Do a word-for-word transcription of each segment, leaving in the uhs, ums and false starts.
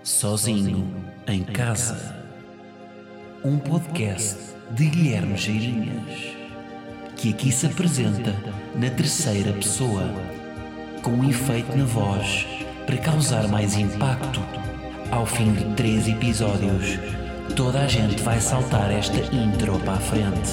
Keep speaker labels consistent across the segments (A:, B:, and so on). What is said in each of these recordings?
A: Sozinho em Casa. Um podcast de Guilherme Geirinhas, que aqui se apresenta na terceira pessoa, com um efeito na voz para causar mais impacto. Ao fim de três episódios, toda a gente vai saltar esta intro para a frente.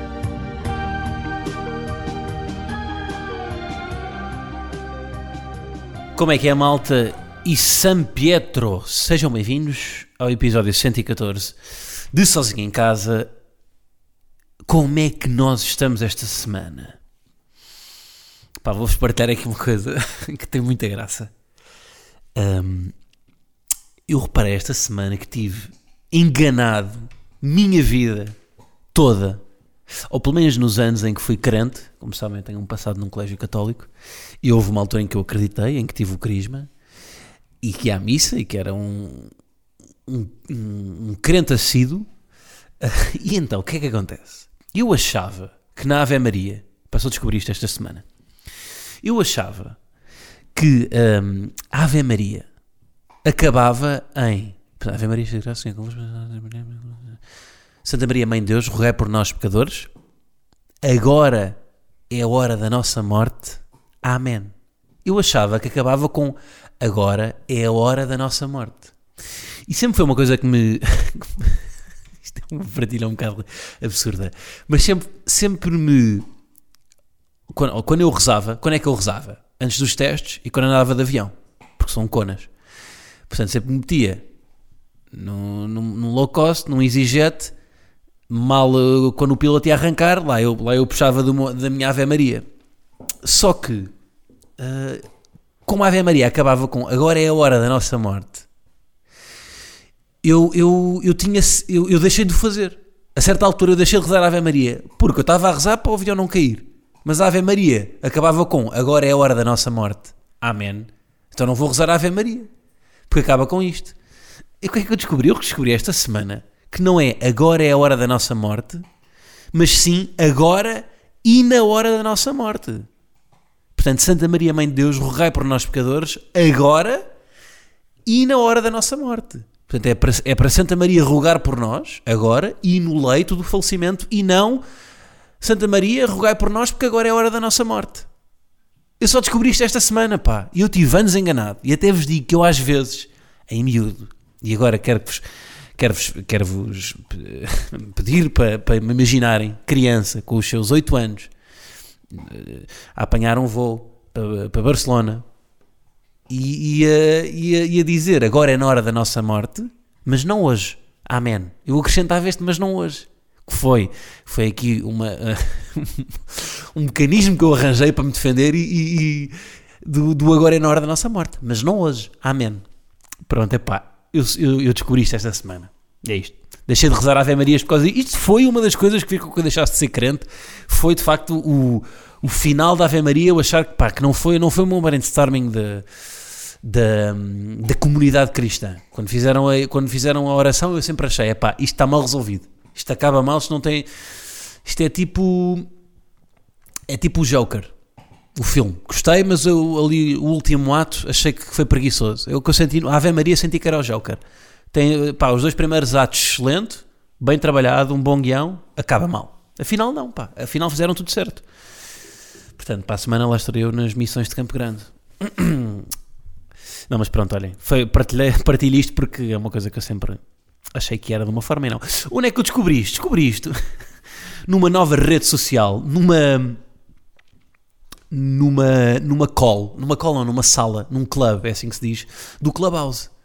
A: Como é que é, malta? E San Pietro, sejam bem-vindos ao episódio cento e catorze de Sozinho em Casa. Como é que nós estamos esta semana? Pá, vou-vos partilhar aqui uma coisa que tem muita graça. Um, eu reparei esta semana que tive enganado minha vida toda, ou pelo menos nos anos em que fui crente. Como sabem, eu tenho um passado num colégio católico e houve uma altura em que eu acreditei, em que tive o crisma e que ia à missa e que era um, um, um, um crente assíduo. E então, o que é que acontece? Eu achava que na Ave Maria, passou a descobrir isto esta semana, eu achava que um, a Ave Maria acabava em Ave Maria, Santa Maria, Mãe de Deus, rogai por nós pecadores, agora é a hora da nossa morte, amém. Eu achava que acabava com agora é a hora da nossa morte. E sempre foi uma coisa que me... Isto é uma partilha um bocado absurda. Mas sempre, sempre me... Quando, quando eu rezava, quando é que eu rezava? Antes dos testes e quando andava de avião. Porque são conas. Portanto, sempre me metia num, num, num low cost, num EasyJet, mal quando o piloto ia arrancar, lá eu, lá eu puxava do, da minha Ave Maria. Só que... Uh, como a Ave Maria acabava com agora é a hora da nossa morte, eu, eu, eu, tinha, eu, eu deixei de fazer. A certa altura eu deixei de rezar a Ave Maria porque eu estava a rezar para o avião não cair, mas a Ave Maria acabava com agora é a hora da nossa morte, amém. Então não vou rezar a Ave Maria porque acaba com isto. E o que é que eu descobri? Eu descobri esta semana que não é agora é a hora da nossa morte, mas sim agora e na hora da nossa morte. Portanto, Santa Maria, Mãe de Deus, rogai por nós pecadores, agora e na hora da nossa morte. Portanto, é para, é para Santa Maria rogar por nós, agora, e no leito do falecimento, e não Santa Maria, rogai por nós, porque agora é a hora da nossa morte. Eu só descobri isto esta semana, pá, e eu tive anos enganado, e até vos digo que eu às vezes, em miúdo, e agora quero-vos quero-vos, quero-vos pedir para, para me imaginarem, criança, com os seus oito anos, a apanhar um voo para, para Barcelona e, e, a, e, a, e a dizer agora é na hora da nossa morte, mas não hoje, amém. Eu acrescentava este mas não hoje, que foi foi aqui uma, um mecanismo que eu arranjei para me defender e, e, e do, do agora é na hora da nossa morte, mas não hoje, amém. Pronto, é pá, eu, eu, eu descobri isto esta semana, é isto. Deixei de rezar a Ave Marias por causa disto. Isto foi uma das coisas que ficou que eu deixasse de ser crente. Foi de facto o, o final da Ave Maria. Eu achar que, pá, que não foi, não foi um brainstorming da, da, da comunidade cristã. Quando fizeram, a, quando fizeram a oração, eu sempre achei: é pá, isto está mal resolvido. Isto acaba mal. Isto não tem. Isto é tipo. É tipo o Joker, o filme. Gostei, mas eu ali, o último ato, achei que foi preguiçoso. Eu que eu senti. A Ave Maria senti que era o Joker. Tem, pá, os dois primeiros atos excelente, bem trabalhado, um bom guião, acaba mal. Afinal não, pá, afinal fizeram tudo certo. Portanto, para a semana lá estarei eu nas missões de Campo Grande. Não, mas pronto, olhem, foi, partilhei, partilhei isto porque é uma coisa que eu sempre achei que era de uma forma e não. Onde é que eu descobri isto? Descobri isto numa nova rede social, numa numa, numa call, numa call não, numa sala, num club, é assim que se diz, do Clubhouse.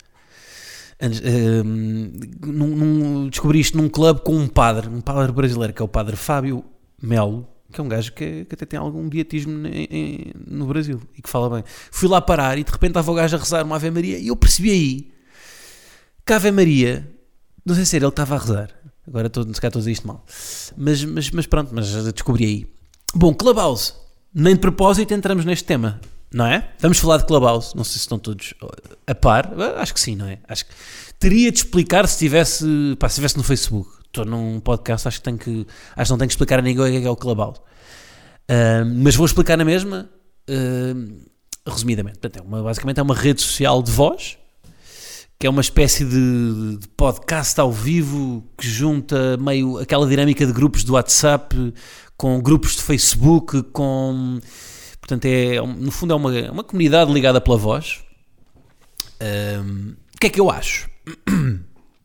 A: Um, num, num, descobri isto num clube com um padre, um padre brasileiro, que é o padre Fábio Melo, que é um gajo que, que até tem algum beatismo em, em, no Brasil e que fala bem. Fui lá parar e de repente estava o gajo a rezar uma Ave Maria e eu percebi aí que a Ave Maria, não sei se era ele que estava a rezar, agora estou, se calhar estou a dizer isto mal, mas, mas, mas pronto, mas descobri aí. Bom, Clubhouse, nem de propósito entramos neste tema. Não é? Vamos falar de Clubhouse. Não sei se estão todos a par. Acho que sim, não é? Acho que teria de explicar se estivesse, pá, se estivesse no Facebook. Estou num podcast, acho que tenho que, acho que não tenho que explicar a ninguém o que é o Clubhouse. Uh, mas vou explicar na mesma, uh, resumidamente. Portanto, é uma, basicamente é uma rede social de voz que é uma espécie de, de podcast ao vivo que junta meio aquela dinâmica de grupos do WhatsApp com grupos de Facebook, com... Portanto, é, no fundo é uma, uma comunidade ligada pela voz. Um, o que é que eu acho? Uh,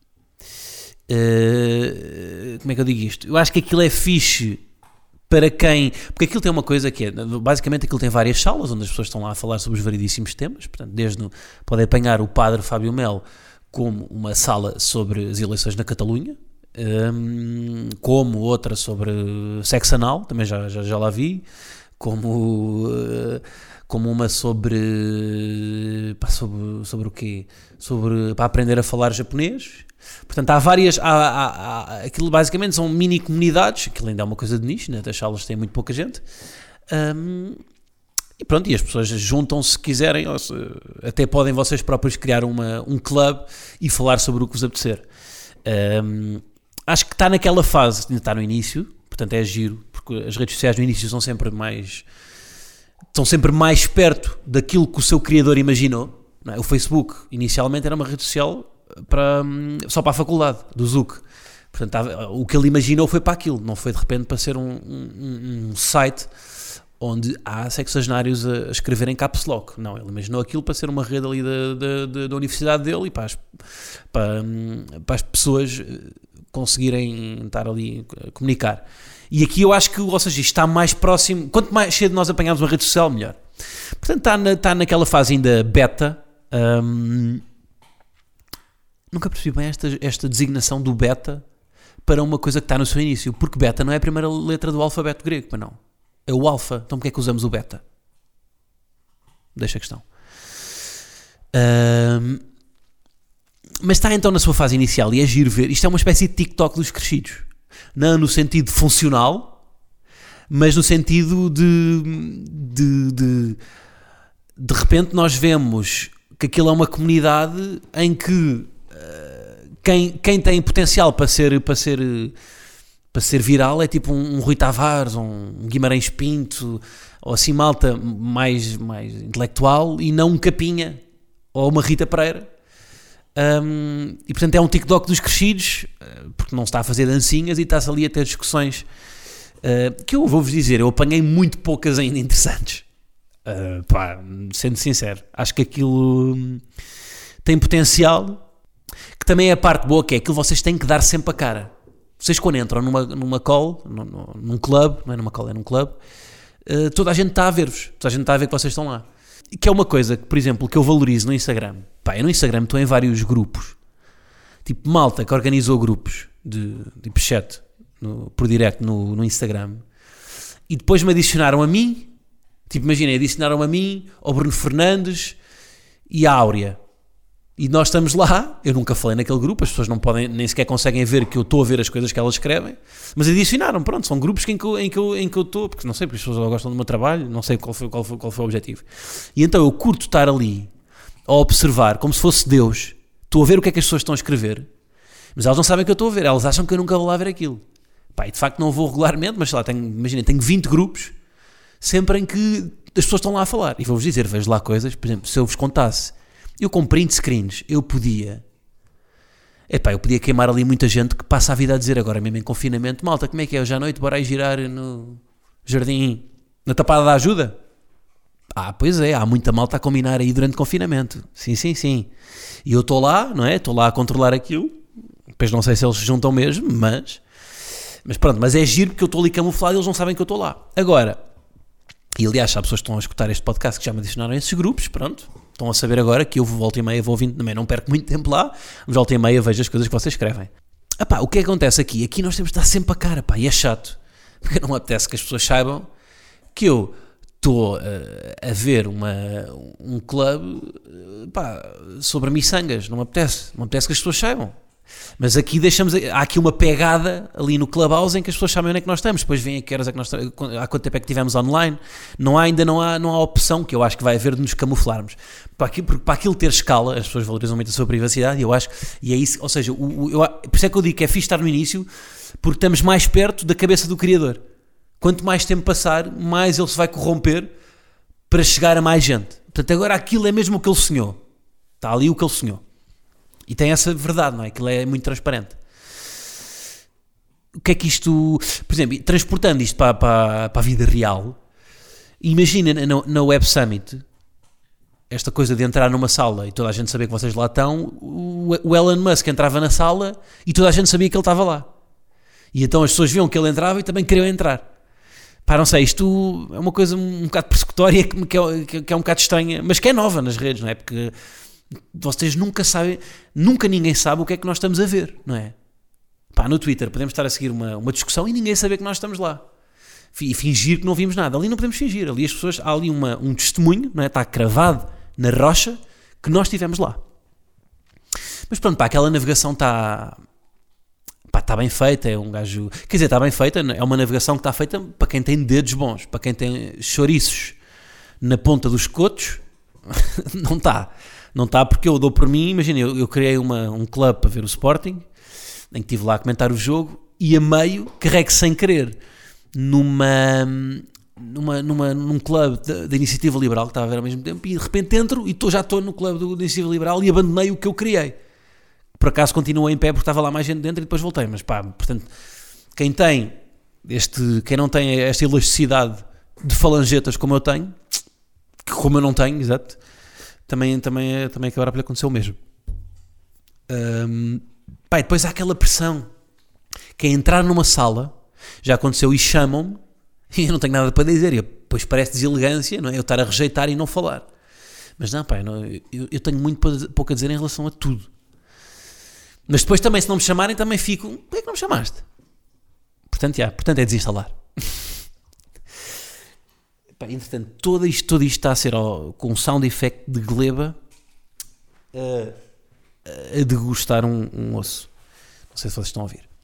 A: como é que eu digo isto? Eu acho que aquilo é fixe para quem... Porque aquilo tem uma coisa que é... Basicamente aquilo tem várias salas onde as pessoas estão lá a falar sobre os variedíssimos temas. Portanto, desde no, podem apanhar o padre Fábio Melo como uma sala sobre as eleições na Catalunha, um, como outra sobre sexo anal, também já, já, já lá vi, como, uh, como uma sobre, pá, sobre... Sobre o quê? Sobre... Para aprender a falar japonês. Portanto, há várias, há, há, há, aquilo basicamente são mini comunidades, aquilo ainda é uma coisa de nicho, né? As salas têm muito pouca gente, um, e pronto, e as pessoas juntam-se se quiserem, ou se, até podem vocês próprios criar uma, um clube e falar sobre o que vos apetecer. Um, acho que está naquela fase, ainda está no início, portanto é giro, porque as redes sociais no início são sempre mais, estão sempre mais perto daquilo que o seu criador imaginou, não é? O Facebook inicialmente era uma rede social para, só para a faculdade do Zuc. Portanto, o que ele imaginou foi para aquilo, não foi de repente para ser um, um, um site onde há sexagenários a escrever em caps lock. Não, ele imaginou aquilo para ser uma rede ali da, da, da universidade dele e para as, para, para as pessoas conseguirem estar ali a comunicar. E aqui eu acho que, ou seja, está mais próximo, quanto mais cedo nós apanharmos uma rede social, melhor. Portanto, está, na, está naquela fase ainda beta. Um, Nunca percebi bem esta, esta designação do beta para uma coisa que está no seu início, porque beta não é a primeira letra do alfabeto grego, mas não. É o alfa, então porque é que usamos o beta? Deixa a questão. Um, mas está então na sua fase inicial e é giro ver, isto é uma espécie de TikTok dos crescidos. Não no sentido funcional, mas no sentido de de, de de repente nós vemos que aquilo é uma comunidade em que Quem, quem tem potencial para ser, para ser, para ser viral é tipo um, um Rui Tavares, um Guimarães Pinto, ou assim malta mais, mais intelectual, e não um Capinha ou uma Rita Pereira. Um, e portanto é um TikTok dos crescidos, porque não se está a fazer dancinhas e está-se ali a ter discussões uh, que eu vou-vos dizer, eu apanhei muito poucas ainda interessantes. Uh, pá, sendo sincero, acho que aquilo tem potencial. Que também é a parte boa, que é aquilo que vocês têm que dar sempre a cara. Vocês quando entram numa, numa call, num, num clube, não é numa call, é num clube, uh, toda a gente está a ver-vos, toda a gente está a ver que vocês estão lá. E que é uma coisa que, por exemplo, que eu valorizo no Instagram. Pá, eu no Instagram estou em vários grupos, tipo malta que organizou grupos de, de chat no, por direct no, no Instagram, e depois me adicionaram a mim, tipo imaginem, adicionaram a mim, ao Bruno Fernandes e à Áurea. E nós estamos lá, eu nunca falei naquele grupo, as pessoas não podem, nem sequer conseguem ver que eu estou a ver as coisas que elas escrevem, mas adicionaram, pronto, são grupos em que eu, em que eu, em que eu estou, porque não sei, porque as pessoas gostam do meu trabalho, não sei qual foi, qual foi, qual foi o objetivo. E então eu curto estar ali, a observar, como se fosse Deus, estou a ver o que é que as pessoas estão a escrever, mas elas não sabem que eu estou a ver, elas acham que eu nunca vou lá ver aquilo. Pá, e de facto não vou regularmente, mas sei lá, tenho, imagina, tenho vinte grupos, sempre em que as pessoas estão lá a falar, e vou-vos dizer, vejo lá coisas, por exemplo, se eu vos contasse, eu com print screens, eu podia epá, eu podia queimar ali muita gente que passa a vida a dizer agora mesmo em confinamento, malta, como é que é, hoje à noite bora aí girar no jardim, na Tapada da Ajuda? Ah, pois é, há muita malta a combinar aí durante o confinamento, sim, sim, sim, e eu estou lá, não é, estou lá a controlar aquilo, depois não sei se eles se juntam mesmo, mas mas pronto, mas é giro porque eu estou ali camuflado e eles não sabem que eu estou lá. Agora, e aliás, há pessoas que estão a escutar este podcast que já me adicionaram a esses grupos, pronto, estão a saber agora que eu volta e meia vou ouvindo, também não perco muito tempo lá, mas volta e meia vejo as coisas que vocês escrevem. Epá, o que acontece aqui? Aqui nós temos de estar sempre a cara, pá, e é chato, porque não me apetece que as pessoas saibam que eu estou uh, a ver uma, um clube uh, pá, sobre miçangas, não me apetece, não me apetece que as pessoas saibam. Mas aqui deixamos, há aqui uma pegada ali no Clubhouse em que as pessoas sabem onde é que nós estamos, depois veem a que horas é que nós estamos, há quanto tempo é que estivemos online, não há, ainda não há, não há opção, que eu acho que vai haver de nos camuflarmos, para aquilo, porque para aquilo ter escala, as pessoas valorizam muito a sua privacidade, e eu acho, e é isso, ou seja, o, o, eu, por isso é que eu digo que é fixe estar no início, porque estamos mais perto da cabeça do criador, quanto mais tempo passar, mais ele se vai corromper para chegar a mais gente, portanto agora aquilo é mesmo o que ele sonhou, está ali o que ele sonhou. E tem essa verdade, não é? Aquilo é muito transparente. O que é que isto... Por exemplo, transportando isto para, para, para a vida real, imagina na, na Web Summit, esta coisa de entrar numa sala e toda a gente saber que vocês lá estão, o, o Elon Musk entrava na sala e toda a gente sabia que ele estava lá. E então as pessoas viam que ele entrava e também queriam entrar. Pá, não sei, isto é uma coisa um, um bocado persecutória que, que, é, que é um bocado estranha, mas que é nova nas redes, não é? Porque vocês nunca sabem, nunca ninguém sabe o que é que nós estamos a ver, não é? Pá, no Twitter podemos estar a seguir uma, uma discussão e ninguém saber que nós estamos lá. E fingir que não vimos nada. Ali não podemos fingir. Ali as pessoas, há ali uma, um testemunho, não é? Está cravado na rocha que nós estivemos lá. Mas pronto, pá, aquela navegação está... Pá, está bem feita, é um gajo... Quer dizer, está bem feita, é uma navegação que está feita para quem tem dedos bons, para quem tem chouriços na ponta dos cotos, não está. Não está porque eu dou por mim, imagina, eu, eu criei uma, um clube para ver o Sporting, em que estive lá a comentar o jogo, e a meio carrego sem querer numa, numa, numa, num clube da Iniciativa Liberal, que estava a ver ao mesmo tempo, e de repente entro e tô, já estou no clube da Iniciativa Liberal e abandonei o que eu criei. Por acaso continuei em pé porque estava lá mais gente dentro e depois voltei, mas pá, portanto, quem tem este, quem não tem esta elasticidade de falangetas como eu tenho, como eu não tenho, exato, também, também, também acabará por acontecer o mesmo. Um, pá, e depois há aquela pressão que é entrar numa sala, já aconteceu e chamam-me e eu não tenho nada para dizer, e depois parece deselegância, não é? Eu estar a rejeitar e não falar, mas não, pá, não, eu, eu tenho muito pouco a dizer em relação a tudo. Mas depois também, se não me chamarem, também fico, por que é que não me chamaste? Portanto, já, portanto é desinstalar. Pá, entretanto, todo isto, todo isto está a ser ó, com um sound effect de gleba a, a degustar um, um osso. Não sei se vocês estão a ouvir.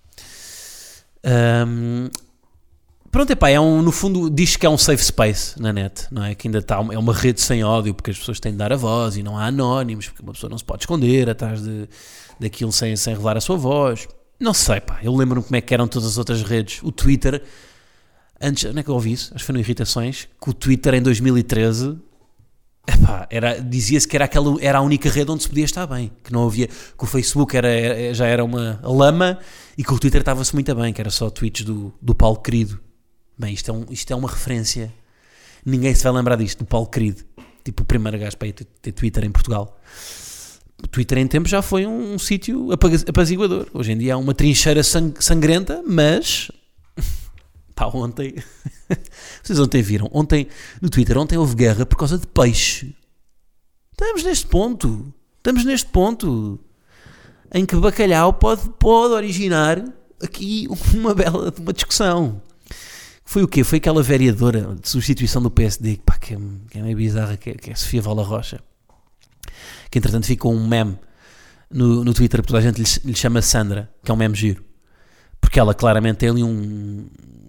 A: Um, pronto, epá, é um, no fundo diz que é um safe space na net, não é? Que ainda está, é uma rede sem ódio, porque as pessoas têm de dar a voz e não há anónimos, porque uma pessoa não se pode esconder atrás de, daquilo sem, sem revelar a sua voz. Não sei, pá, eu lembro-me como é que eram todas as outras redes. O Twitter, antes, onde é que eu ouvi isso? Acho que foi no Irritações, que o Twitter em dois mil e treze, epá, era, dizia-se que era, aquela, era a única rede onde se podia estar bem, que não havia, que o Facebook era, era, já era uma lama e que o Twitter estava-se muito bem, que era só tweets do, do Paulo Querido. Bem, isto é, um, isto é uma referência, ninguém se vai lembrar disto, do Paulo Querido, tipo o primeiro gajo para ter, ter Twitter em Portugal. O Twitter em tempo já foi um, um sítio apaziguador. Hoje em dia há uma trincheira sang, sangrenta, mas pá, ontem vocês ontem viram, ontem no Twitter, ontem houve guerra por causa de peixe. Estamos neste ponto, estamos neste ponto em que bacalhau pode, pode originar aqui uma bela uma discussão. Foi o quê? Foi aquela vereadora de substituição do P S D, pá, que, é, que é meio bizarra, que é, que é a Sofia Vala Rocha, que entretanto ficou um meme no, no Twitter, porque toda a gente lhe, lhe chama Sandra, que é um meme giro, porque ela claramente tem ali um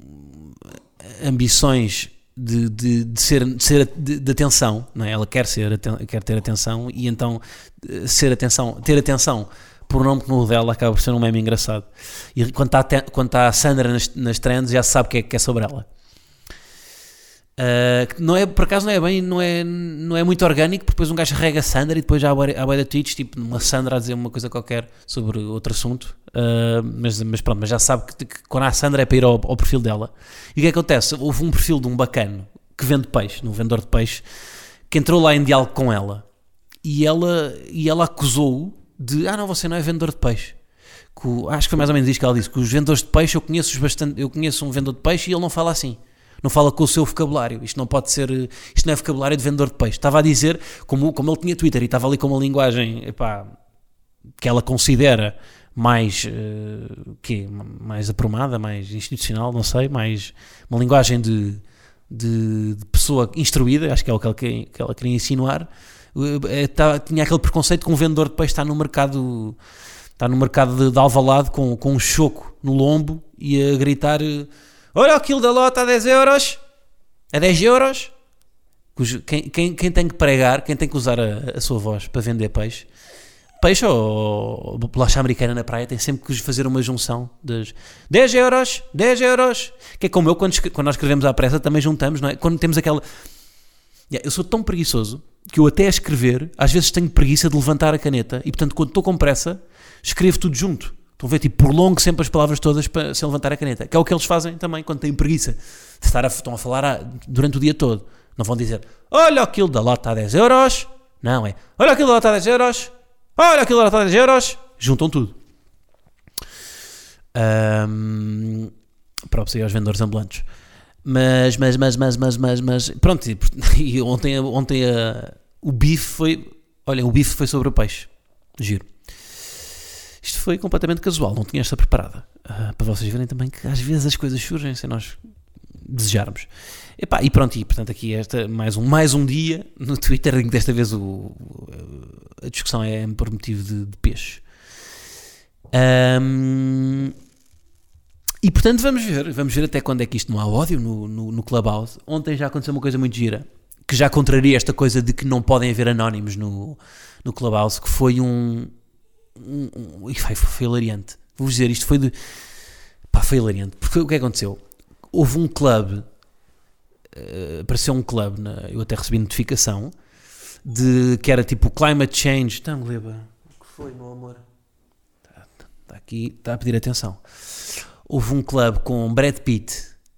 A: ambições de, de, de ser, de, ser de, de atenção, não é? Ela quer, ser, quer ter atenção e então ser atenção, ter atenção por um nome como o dela acaba por ser um meme engraçado. E quando está, quando está a Sandra nas, nas trends já se sabe que é, que é sobre ela. Uh, não é, por acaso não é bem, não é, não é muito orgânico, porque depois um gajo rega a Sandra e depois já há bué de tweets, tipo uma Sandra a dizer uma coisa qualquer sobre outro assunto, uh, mas, mas pronto, mas já sabe que, que quando há a Sandra é para ir ao, ao perfil dela. E o que acontece? Houve um perfil de um bacano que vende peixe, um vendedor de peixe, que entrou lá em diálogo com ela e ela, e ela acusou-o de, ah não, você não é vendedor de peixe. Que, acho que foi mais ou menos isso que ela disse, que os vendedores de peixe, eu conheço bastante, eu conheço um vendedor de peixe e ele não fala assim. Não fala com o seu vocabulário. Isto não pode ser... Isto não é vocabulário de vendedor de peixe. Estava a dizer, como, como ele tinha Twitter e estava ali com uma linguagem, epá, que ela considera mais... Uh, quê? Mais aprumada, mais institucional, não sei, mais... Uma linguagem de, de, de pessoa instruída, acho que é o que ela, que ela queria insinuar. Uh, tá, tinha aquele preconceito que um vendedor de peixe está no mercado... Está no mercado de, de Alvalade com, com um choco no lombo e a gritar... Uh, olha o quilo da lota a dez euros, a dez euros. Quem, quem, quem tem que pregar, quem tem que usar a, a sua voz para vender peixe, peixe ou bolacha americana na praia, tem sempre que fazer uma junção das dez euros, dez euros, que é como eu, quando, quando nós escrevemos à pressa, também juntamos, não é? Quando temos aquela... Yeah, eu sou tão preguiçoso que eu até a escrever, às vezes tenho preguiça de levantar a caneta e, portanto, quando estou com pressa, escrevo tudo junto. Estão a ver, tipo, prolongo sempre as palavras todas para, sem levantar a caneta. Que é o que eles fazem também quando têm preguiça de estar a, estão a falar a, durante o dia todo. Não vão dizer, olha aquilo da lota a dez euros. Não, é, olha aquilo da lota a dez euros. Olha aquilo da lota a dez euros. Juntam tudo. Um, próprio aí aos vendedores ambulantes. Mas, mas, mas, mas, mas, mas, mas pronto, e, e ontem, ontem a, o bife foi, olha, o bife foi sobre o peixe. Giro. Isto foi completamente casual, não tinha esta preparada. Uh, para vocês verem também que às vezes as coisas surgem sem nós desejarmos. Epá, e pronto, e portanto aqui esta, mais, um, mais um dia no Twitter, em que desta vez o, a discussão é por motivo de, de peixe. Um, e portanto vamos ver, vamos ver até quando é que isto não há ódio no, no, no Clubhouse. Ontem já aconteceu uma coisa muito gira, que já contraria esta coisa de que não podem haver anónimos no, no Clubhouse, que foi um... Um, um, e foi, foi hilariante. Vou-vos dizer, isto foi de pá, foi hilariante, porque o que aconteceu? Houve um clube, uh, apareceu um clube, na, eu até recebi notificação de que era tipo Climate Change. Então, Gleba, o que foi, meu amor? Está tá aqui, está a pedir atenção. Houve um clube com Brad Pitt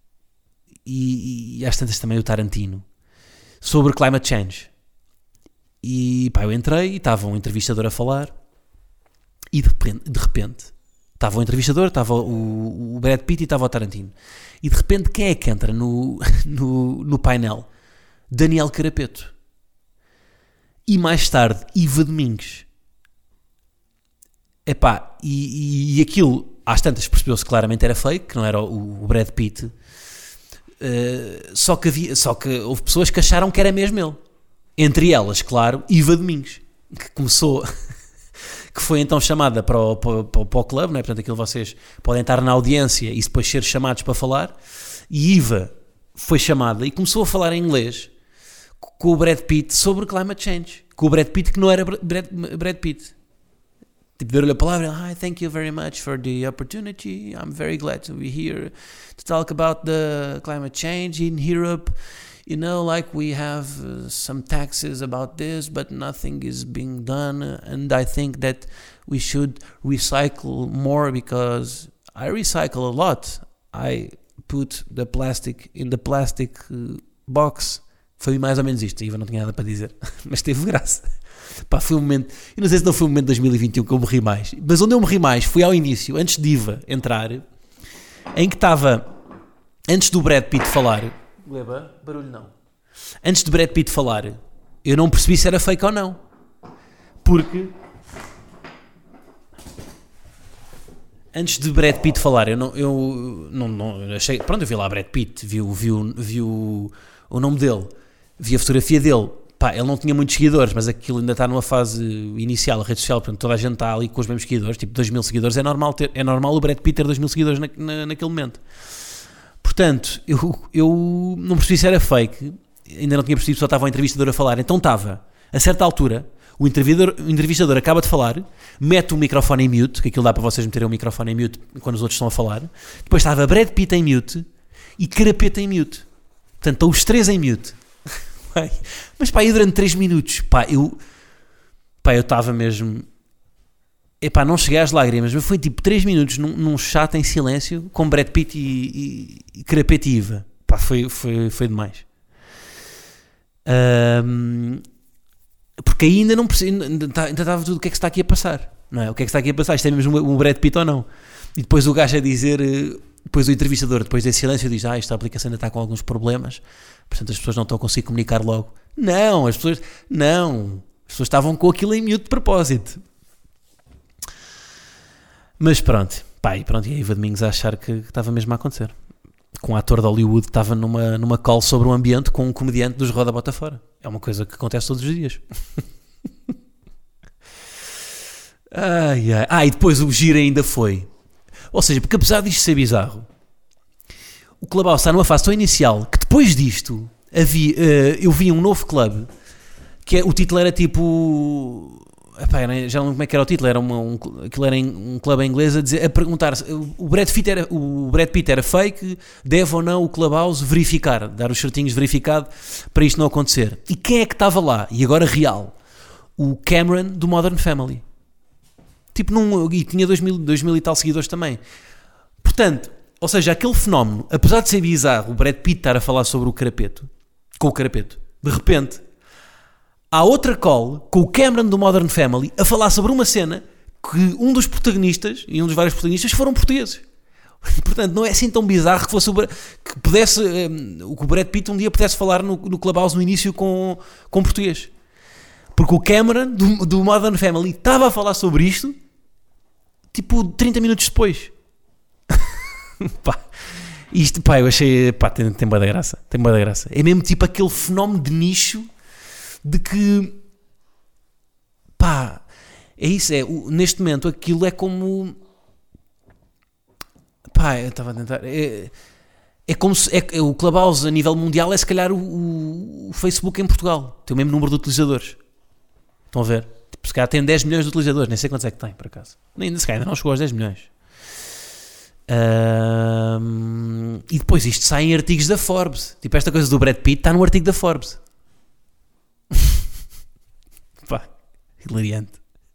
A: e, e às tantas também o Tarantino sobre Climate Change. E pá, eu entrei e estava um entrevistador a falar. E de repente, de repente, estava o entrevistador, estava o, o Brad Pitt e estava o Tarantino. E de repente, quem é que entra no, no, no painel? Daniel Carapeto. E mais tarde, Iva Domingues. Epá, e, e, e aquilo, às tantas, percebeu-se claramente era fake, que não era o, o Brad Pitt. Uh, só, que havia, só que houve pessoas que acharam que era mesmo ele. Entre elas, claro, Iva Domingues, que começou... que foi então chamada para o, para, para, para o clube, não é? Portanto, aquilo vocês podem estar na audiência e depois ser chamados para falar, e Iva foi chamada e começou a falar em inglês com o Brad Pitt sobre climate change, com o Brad Pitt que não era Brad, Brad Pitt. Tipo, deu-lhe a palavra, hi, thank you very much for the opportunity, I'm very glad to be here to talk about the climate change in Europe. You know, like we have uh, some taxes about this, but nothing is being done. And I think that we should recycle more because I recycle a lot. I put the plastic in the plastic uh, box. Foi mais ou menos isto. A Iva não tinha nada para dizer, mas teve graça. Pá, foi um momento, eu não sei se não foi um momento de dois mil e vinte e um que eu morri mais, mas onde eu morri mais foi ao início, antes de Iva entrar, em que estava, antes do Brad Pitt falar. Gleba, barulho não. Antes de Brad Pitt falar, eu não percebi se era fake ou não. Porque antes de Brad Pitt falar, eu não, eu não, não achei. Pronto, eu vi lá Brad Pitt, vi, vi, vi o, o nome dele, vi a fotografia dele. Pá, ele não tinha muitos seguidores, mas aquilo ainda está numa fase inicial, a rede social, portanto toda a gente está ali com os mesmos seguidores, tipo dois mil seguidores. É normal, ter, é normal o Brad Pitt ter dois mil seguidores na, na, naquele momento. Portanto, eu, eu não percebi se era fake, ainda não tinha percebido, só estava o entrevistador a falar. Então estava, a certa altura, o entrevistador, o entrevistador acaba de falar, mete o microfone em mute, que aquilo dá para vocês meterem o microfone em mute quando os outros estão a falar. Depois estava Brad Pitt em mute e Carapeta em mute. Portanto, estão os três em mute. Mas pá, eu durante três minutos, pá, eu pá, eu estava mesmo... Epá, não cheguei às lágrimas, mas foi tipo três minutos num, num chat em silêncio com Brad Pitt e, e, e Carapete e Iva. Pá, foi, foi, foi demais. Um, porque aí ainda não percebi, ainda estava tudo o que é que está aqui a passar, não é? O que é que está aqui a passar? Isto é mesmo um Brad Pitt ou não? E depois o gajo a dizer, depois o entrevistador, depois desse silêncio, diz, ah, esta aplicação ainda está com alguns problemas, portanto as pessoas não estão a conseguir comunicar logo. Não, as pessoas, não, as pessoas estavam com aquilo em mute de propósito. Mas pronto, pá, e pronto, e a Iva Domingos a achar que, que estava mesmo a acontecer. Com um ator de Hollywood que estava numa, numa call sobre o ambiente com um comediante dos Roda Bota Fora. É uma coisa que acontece todos os dias. ai, ai. Ah, e depois o giro ainda foi. Ou seja, porque apesar disto ser bizarro, o Clubhouse está numa fase tão inicial que depois disto havia, uh, eu vi um novo clube que é, o título era tipo... epá, já não lembro como é que era o título, era uma, um, aquilo era em, um clube inglês a, dizer, a perguntar se o Brad, Pitt era, o Brad Pitt era fake, deve ou não o Clubhouse verificar, dar os certinhos verificado para isto não acontecer. E quem é que estava lá? E agora real, o Cameron do Modern Family. Tipo, num, e tinha dois mil, dois mil e tal seguidores também. Portanto, ou seja, aquele fenómeno, apesar de ser bizarro, o Brad Pitt estar a falar sobre o carapeto, com o carapeto, de repente, há outra call com o Cameron do Modern Family a falar sobre uma cena que um dos protagonistas, e um dos vários protagonistas, foram portugueses. Portanto, não é assim tão bizarro que fosse o, que pudesse, um, que o Brad Pitt um dia pudesse falar no, no Clubhouse no início com, com português. Porque o Cameron do, do Modern Family estava a falar sobre isto tipo trinta minutos depois. Pá, isto, pá, eu achei, pá, tem, tem boa da graça, tem boa da graça. É mesmo tipo aquele fenómeno de nicho de que, pá, é isso, é, o, neste momento aquilo é como, pá, eu estava a tentar, é, é como se, é, o Clubhouse a nível mundial é se calhar o, o, o Facebook em Portugal, tem o mesmo número de utilizadores, estão a ver? Tipo, se calhar tem dez milhões de utilizadores, nem sei quantos é que tem, por acaso, nem, se calhar ainda não chegou aos dez milhões. Um, e depois isto sai em artigos da Forbes, tipo esta coisa do Brad Pitt está no artigo da Forbes. Pá, hilariante.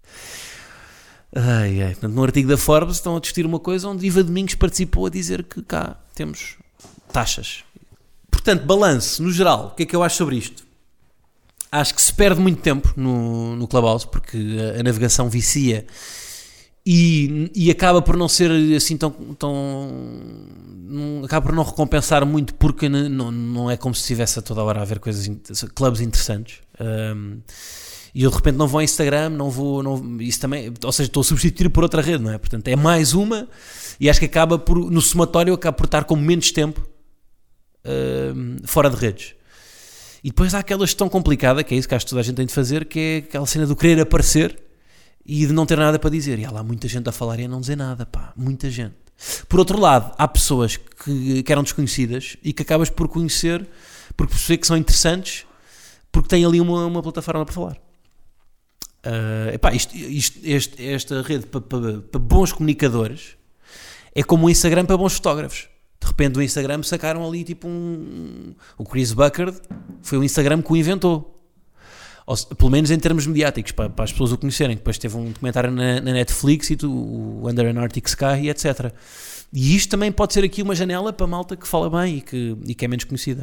A: Ai, ai. Portanto, no artigo da Forbes estão a discutir uma coisa onde Iva Domingos participou a dizer que cá temos taxas. Portanto, balanço, no geral, o que é que eu acho sobre isto? Acho que se perde muito tempo no, no Clubhouse, porque a, a navegação vicia e, e acaba por não ser assim tão... tão não, acaba por não recompensar muito, porque não, não é como se estivesse a toda hora a ver coisas, clubes interessantes. Um, e eu de repente não vou ao Instagram, não vou, não, isso também, ou seja, estou a substituir por outra rede, não é? Portanto, é mais uma, e acho que acaba por, no somatório, acaba por estar com menos tempo uh, fora de redes. E depois há aquela gestão complicada, que é isso que acho que toda a gente tem de fazer, que é aquela cena do querer aparecer e de não ter nada para dizer. E há lá muita gente a falar e a não dizer nada, pá, muita gente. Por outro lado, há pessoas que, que eram desconhecidas e que acabas por conhecer, porque perceber que são interessantes, porque têm ali uma, uma plataforma para falar. Uh, epá, isto, isto, este, esta rede para, para, para bons comunicadores é como o Instagram para bons fotógrafos. De repente o Instagram sacaram ali tipo um... O Chris Buckard foi o Instagram que o inventou. Ou, pelo menos em termos mediáticos, para, para as pessoas o conhecerem. Depois teve um documentário na, na Netflix e tu, o Under an Arctic Sky e etcétera. E isto também pode ser aqui uma janela para a malta que fala bem e que, e que é menos conhecida.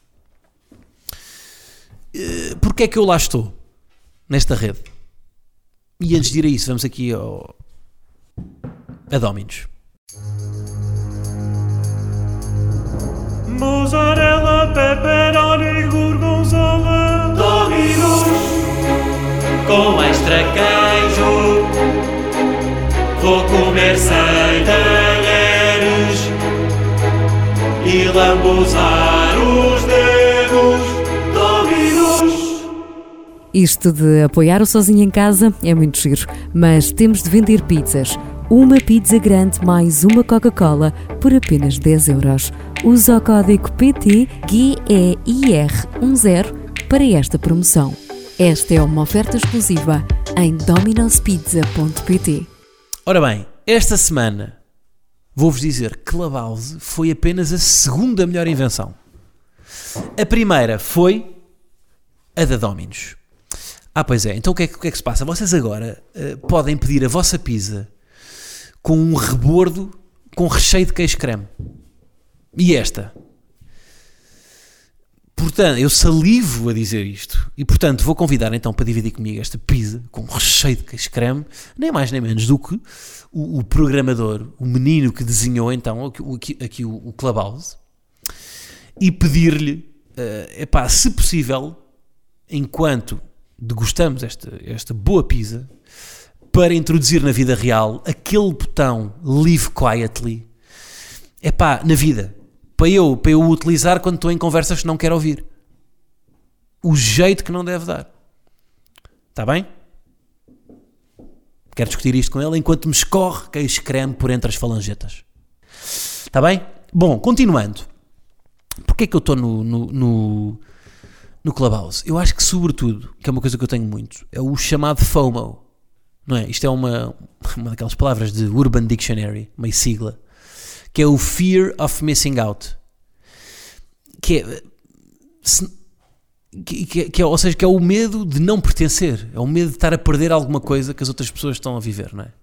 A: Uh, Porquê é que eu lá estou? Nesta rede? E antes de ir a isso, vamos aqui ao... a Dominos.
B: Mozzarella, pepperoni, gorgonzola. Dominos, com extra queijo. Vou comer sem talheres e lambuzar os dedos. Dominos.
C: Isto de apoiar o sozinho em casa é muito giro, mas temos de vender pizzas. Uma pizza grande mais uma Coca-Cola por apenas dez euros. Usa o código P T G E I R dez para esta promoção. Esta é uma oferta exclusiva em dominos pizza ponto pt.
A: Ora bem, esta semana vou-vos dizer que Clubhouse foi apenas a segunda melhor invenção. A primeira foi a da Dominos. Ah, pois é. Então o que é que, o que, é que se passa? Vocês agora uh, podem pedir a vossa pizza com um rebordo com recheio de queijo creme. E esta? Portanto, eu salivo a dizer isto. E, portanto, vou convidar então para dividir comigo esta pizza com recheio de queijo creme, nem mais nem menos do que o, o programador, o menino que desenhou então aqui, aqui o, o Clubhouse, e pedir-lhe, uh, epá, se possível, enquanto degustamos esta, esta boa pizza, para introduzir na vida real aquele botão Live Quietly, é pá, na vida, para eu, para eu utilizar quando estou em conversas que não quero ouvir. O jeito que não deve dar. Está bem? Quero discutir isto com ele enquanto me escorre queijo creme por entre as falangetas. Está bem? Bom, continuando. Porquê é que eu estou no, no, no, no Clubhouse? Eu acho que, sobretudo, que é uma coisa que eu tenho muito, é o chamado FOMO. não é? Isto é uma, uma daquelas palavras de Urban Dictionary, meio sigla, que é o fear of missing out, que é, se, que, que, que é, ou seja, que é o medo de não pertencer, é o medo de estar a perder alguma coisa que as outras pessoas estão a viver, não é?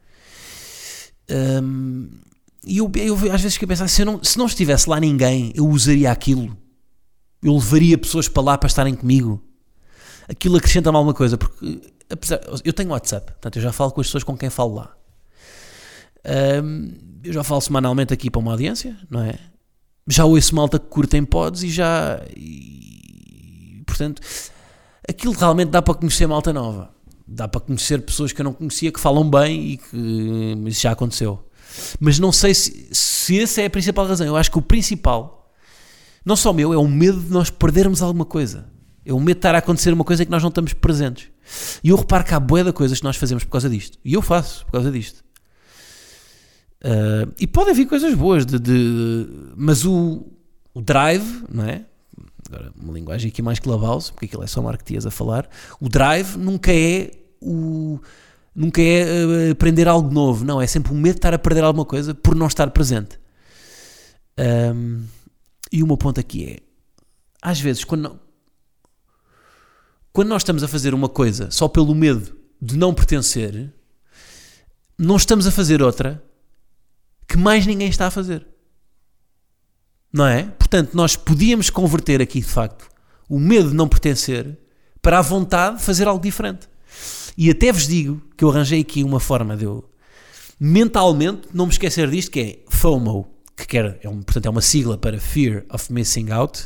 A: Um, e eu, eu às vezes fico a pensar, se, eu não, se não estivesse lá ninguém, eu usaria aquilo, eu levaria pessoas para lá para estarem comigo, aquilo acrescenta-me alguma coisa, porque apesar, eu tenho WhatsApp, portanto eu já falo com as pessoas com quem falo lá. Um, eu já falo semanalmente aqui para uma audiência, não é? Já ouço malta que curtem pods e já... E, portanto, aquilo realmente dá para conhecer malta nova. Dá para conhecer pessoas que eu não conhecia, que falam bem e que isso já aconteceu. Mas não sei se, se essa é a principal razão. Eu acho que o principal, não só meu, é o medo de nós perdermos alguma coisa. É o medo de estar a acontecer uma coisa em que nós não estamos presentes. E eu reparo que há bué de coisas que nós fazemos por causa disto. E eu faço por causa disto. Uh, e pode haver coisas boas, de, de, mas o, o drive, não é? Agora, uma linguagem aqui mais clubhouse, porque aquilo é só marketeers a falar. O drive nunca é o, nunca é uh, aprender algo novo, não, é sempre o medo de estar a perder alguma coisa por não estar presente. Um, e o meu ponto aqui é, às vezes, quando, quando nós estamos a fazer uma coisa só pelo medo de não pertencer, não estamos a fazer outra que mais ninguém está a fazer, não é? Portanto, nós podíamos converter aqui de facto o medo de não pertencer para a vontade de fazer algo diferente. E até vos digo que eu arranjei aqui uma forma de eu mentalmente não me esquecer disto, que é FOMO, que quer, é um, portanto é uma sigla para Fear of Missing Out.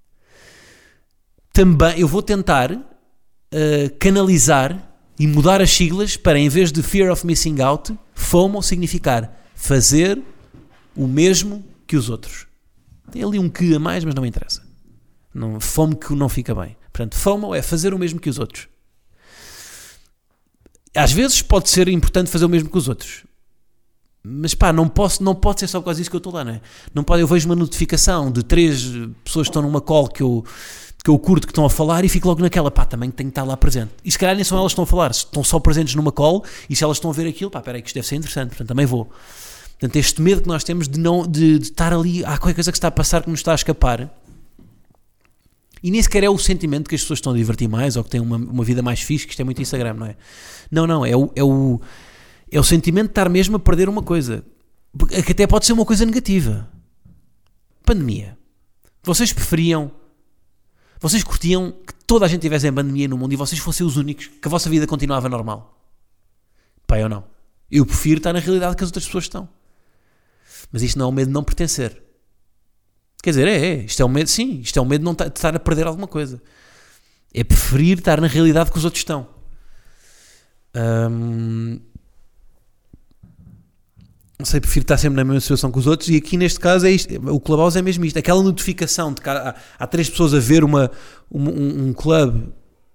A: Também eu vou tentar uh, canalizar e mudar as siglas para, em vez de Fear of Missing Out, FOMO significar fazer o mesmo que os outros. Tem ali um que a mais, mas não me interessa. Não, FOMO que não fica bem. Portanto, FOMO é fazer o mesmo que os outros. Às vezes pode ser importante fazer o mesmo que os outros. Mas pá, não, posso, não pode ser só por causa disso que eu estou lá, não é? Não pode, eu vejo uma notificação de três pessoas que estão numa call que eu, que eu curto, que estão a falar, e fico logo naquela, pá, também tenho que estar lá presente. E se calhar nem são elas que estão a falar, estão só presentes numa call, e se elas estão a ver aquilo, pá, espera aí que isto deve ser interessante, portanto também vou. Portanto, este medo que nós temos de, não, de, de estar ali, há qualquer coisa que está a passar que nos está a escapar, e nem sequer é o sentimento que as pessoas estão a divertir mais, ou que têm uma, uma vida mais fixe, que isto é muito Instagram, não é? Não, não, é o, é, o, é o sentimento de estar mesmo a perder uma coisa, que até pode ser uma coisa negativa. Pandemia. Vocês preferiam, vocês curtiam que toda a gente tivesse em pandemia no mundo e vocês fossem os únicos, que a vossa vida continuava normal? Pá, eu não. Eu prefiro estar na realidade que as outras pessoas estão. Mas isto não é o medo de não pertencer. Quer dizer, é, é. Isto é o medo, sim. Isto é o medo de, não de estar a perder alguma coisa. É preferir estar na realidade que os outros estão. Hum, não sei, prefiro estar sempre na mesma situação que os outros. E aqui neste caso é isto. O Clubhouse é mesmo isto. Aquela notificação de que há, há três pessoas a ver uma, um, um clube.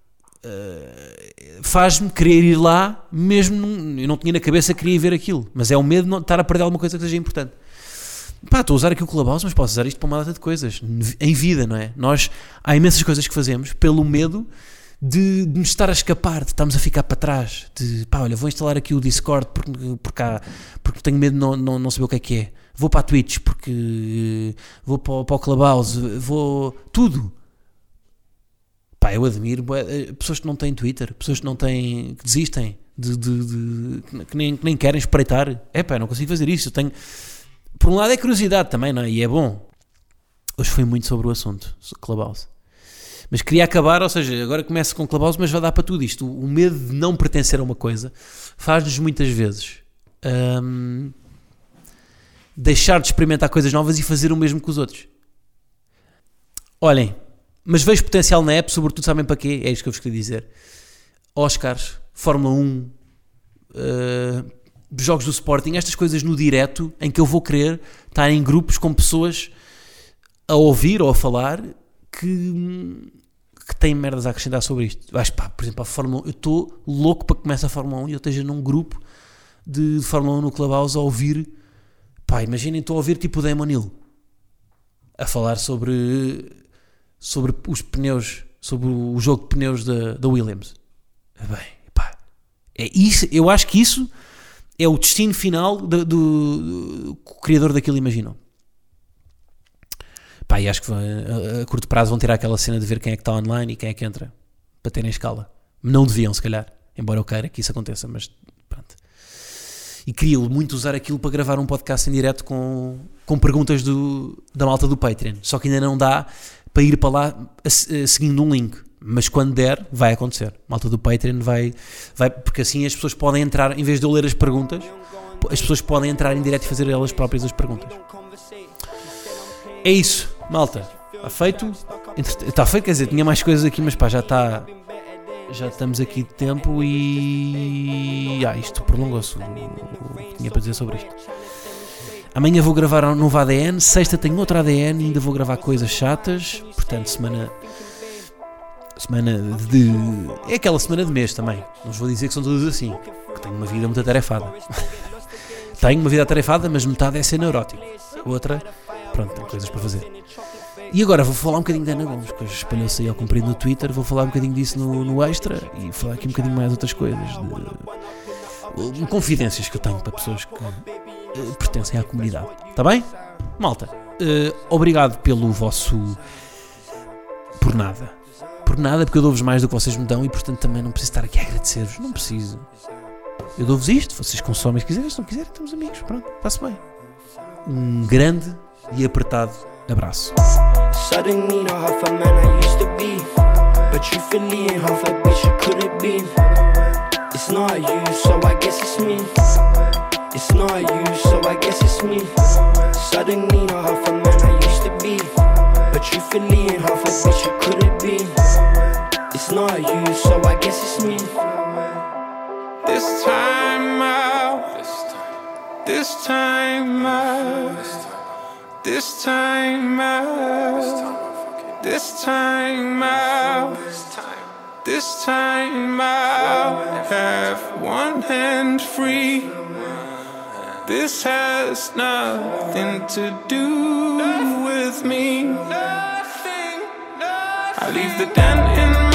A: Uh, faz-me querer ir lá, mesmo num, eu não tinha na cabeça que queria ver aquilo, mas é o medo de não estar a perder alguma coisa que seja importante. Pá, estou a usar aqui o Clubhouse, mas posso usar isto para uma data de coisas em vida, não é? Nós, há imensas coisas que fazemos pelo medo de, de nos estar a escapar, de estarmos a ficar para trás, de pá, olha, vou instalar aqui o Discord porque, porque, há, porque tenho medo de não, não, não saber o que é que é, vou para a Twitch porque vou para, para o Clubhouse, vou tudo. Pá, eu admiro pessoas que não têm Twitter, pessoas que não têm, que desistem, de, de, de, que, nem, que nem querem espreitar. É pá, eu não consigo fazer isso. Eu tenho, por um lado é curiosidade também, não é? E é bom. Hoje foi muito sobre o assunto, Clubhouse. Mas queria acabar, ou seja, agora começo com Clubhouse, mas vai dar para tudo isto. O, o medo de não pertencer a uma coisa faz-nos muitas vezes hum, deixar de experimentar coisas novas e fazer o mesmo que os outros. Olhem, mas vejo potencial na app, sobretudo, sabem para quê? É isto que eu vos queria dizer. Oscars, Fórmula um, uh, jogos do Sporting, estas coisas no direto, em que eu vou querer estar em grupos com pessoas a ouvir ou a falar que, que têm merdas a acrescentar sobre isto. Acho, pá, por exemplo, a Fórmula um, eu estou louco para que comece a Fórmula um e eu esteja num grupo de, de Fórmula um no Clubhouse a ouvir. Pá, imaginem, estou a ouvir tipo o Damon Hill a falar sobre... sobre os pneus, sobre o jogo de pneus da, da Williams. Bem, pá, É isso, eu acho que isso é o destino final do, do, do que o criador daquilo imaginou. Pá, e acho que a, a curto prazo vão tirar aquela cena de ver quem é que está online e quem é que entra para terem escala. Não deviam, se calhar, embora eu queira que isso aconteça, mas pronto. E queria muito usar aquilo para gravar um podcast em direto com, com perguntas do, da malta do Patreon, só que ainda não dá para ir para lá a, a, seguindo um link. Mas quando der, vai acontecer. A malta do Patreon vai, vai... Porque assim as pessoas podem entrar, em vez de eu ler as perguntas, as pessoas podem entrar em direto e fazer elas próprias as perguntas. É isso, malta. Está feito? Está feito, quer dizer, tinha mais coisas aqui, mas pá, já está... Já estamos aqui de tempo e... Ah, isto prolongou-se o que tinha para dizer sobre isto. Amanhã vou gravar um novo A D N, sexta tenho outro A D N e ainda vou gravar coisas chatas. Portanto, semana... Semana de... É aquela semana de mês também. Não vos vou dizer que são todas assim, que tenho uma vida muito atarefada. Tenho uma vida atarefada, mas metade é ser neurótico. A outra, pronto, tem coisas para fazer. E agora vou falar um bocadinho da Ana Gomes, depois espalhou-se aí ao comprido no Twitter. Vou falar um bocadinho disso no, no Extra e falar aqui um bocadinho mais outras coisas. De, de confidências que eu tenho para pessoas que uh, pertencem à comunidade. Está bem? Malta, uh, obrigado pelo vosso... Por nada. Por nada, porque eu dou-vos mais do que vocês me dão e, portanto, também não preciso estar aqui a agradecer-vos. Não preciso. Eu dou-vos isto, vocês consomem se quiserem, se não quiserem, estamos amigos. Pronto, está-se bem. Um grande e apertado abraço.
D: Suddenly not half a man I used to be, but truthfully ain't half a bitch I could have been. It's not you, so I guess it's me. It's not you, so I guess it's me. Suddenly not half a man I used to be, but truthfully ain't half a bitch I could have been. It's not you, so I guess it's me. This time out, this time out. This time out, this time out, this time out, have one hand free. This has nothing to do with me. I leave the dent in